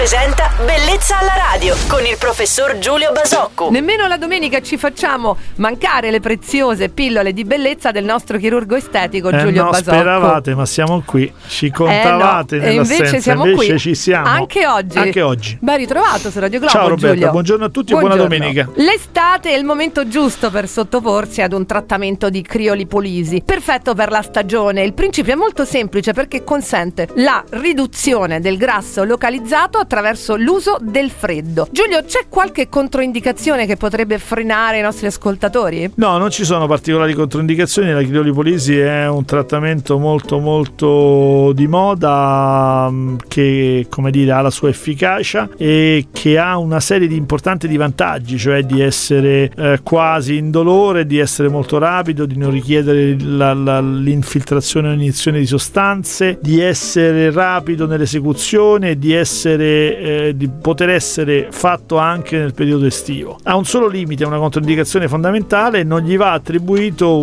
presenta Bellezza alla radio con il professor Giulio Basocco. Nemmeno la domenica ci facciamo mancare le preziose pillole di bellezza del nostro chirurgo estetico Giulio Basocco. Speravate, ma siamo qui. Ci contavate nell'assenza. E invece siamo invece qui. Ci siamo. Anche oggi. Ben ritrovato su Radio Globo. Ciao Roberta, Giulio. buongiorno a tutti Buongiorno. e buona domenica. L'estate è il momento giusto per sottoporsi ad un trattamento di criolipolisi. Perfetto per la stagione. Il principio è molto semplice perché consente la riduzione del grasso localizzato attraverso l'uso del freddo. Giulio, c'è qualche controindicazione che potrebbe frenare i nostri ascoltatori? No, non ci sono particolari controindicazioni. La criolipolisi è un trattamento molto di moda che, come dire, ha la sua efficacia e che ha una serie di importanti vantaggi, cioè di essere quasi indolore, di essere molto rapido, di non richiedere l'infiltrazione o l'iniezione di sostanze, di essere rapido nell'esecuzione, di poter essere fatto anche nel periodo estivo. Ha un solo limite, una controindicazione fondamentale: non gli va attribuito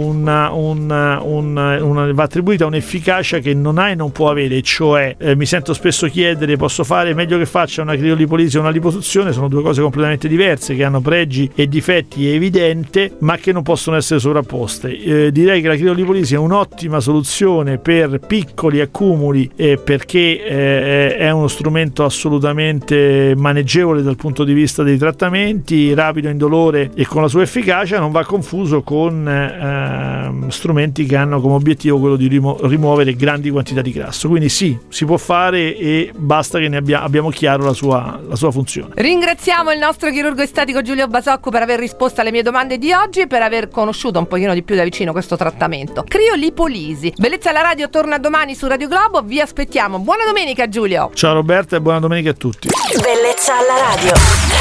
va attribuita un'efficacia che non ha e non può avere, cioè mi sento spesso chiedere: posso fare meglio che faccia una criolipolisi o una liposuzione? Sono due cose completamente diverse che hanno pregi e difetti evidenti, ma che non possono essere sovrapposte. Direi che la criolipolisi è un'ottima soluzione per piccoli accumuli perché è uno strumento assolutamente maneggevole dal punto di vista dei trattamenti, rapido, indolore e con la sua efficacia. Non va confuso con strumenti che hanno come obiettivo quello di rimuovere grandi quantità di grasso. Quindi sì, si può fare e basta che ne abbiamo chiaro la sua funzione. Ringraziamo il nostro chirurgo estetico Giulio Basocco per aver risposto alle mie domande di oggi e per aver conosciuto un pochino di più da vicino questo trattamento. Criolipolisi. Bellezza alla radio torna domani su Radio Globo, vi aspettiamo. Buona domenica Giulio. Ciao Roberta e buona domenica a tutti. Bellezza alla radio.